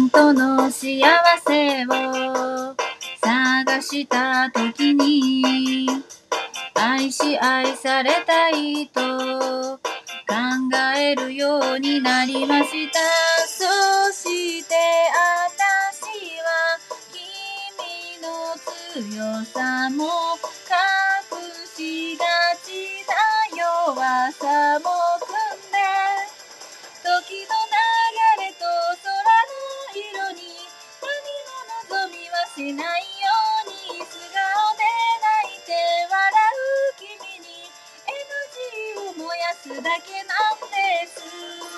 本当の幸せを探した時に、愛し愛されたいと考えるようになりました。そして私は君の強さも隠しがちな弱さも汲んで、時の流れと空の色に何も望みはしないように、素顔で泣いて笑う君にエナジーを燃やすだけなんです。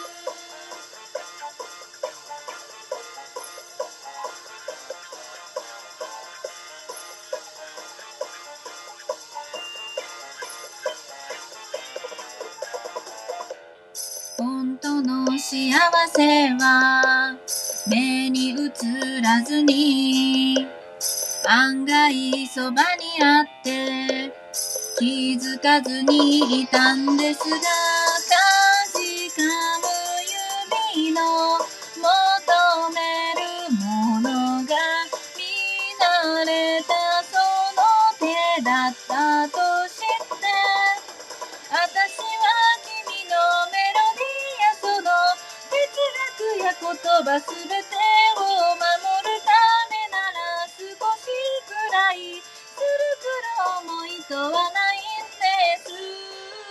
本当の幸せは目に映らずに案外そばにあって気づかずにいたんですが、かじかむ指の求めるものが見慣れたその手だったと知って、私は君のメロディーやその哲学や言葉すべてを守るためなら少しくらいするくる思いとはないんです。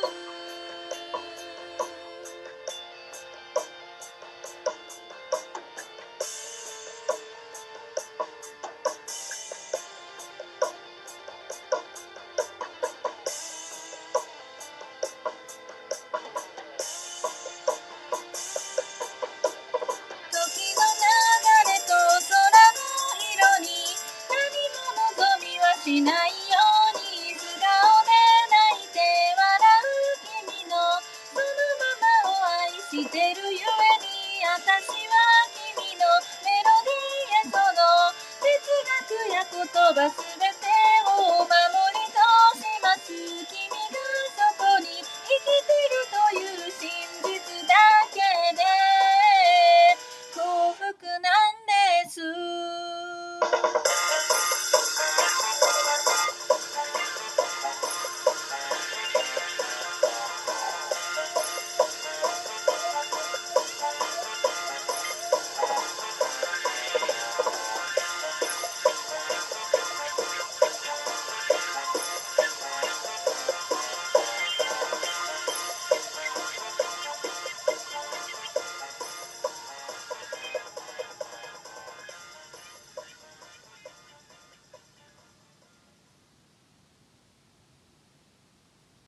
時の流れと空の色に何も望みはしないように、素顔で泣いて笑う君のそのままを愛してるゆえに、私は君のメロディーやその哲学や言葉すべて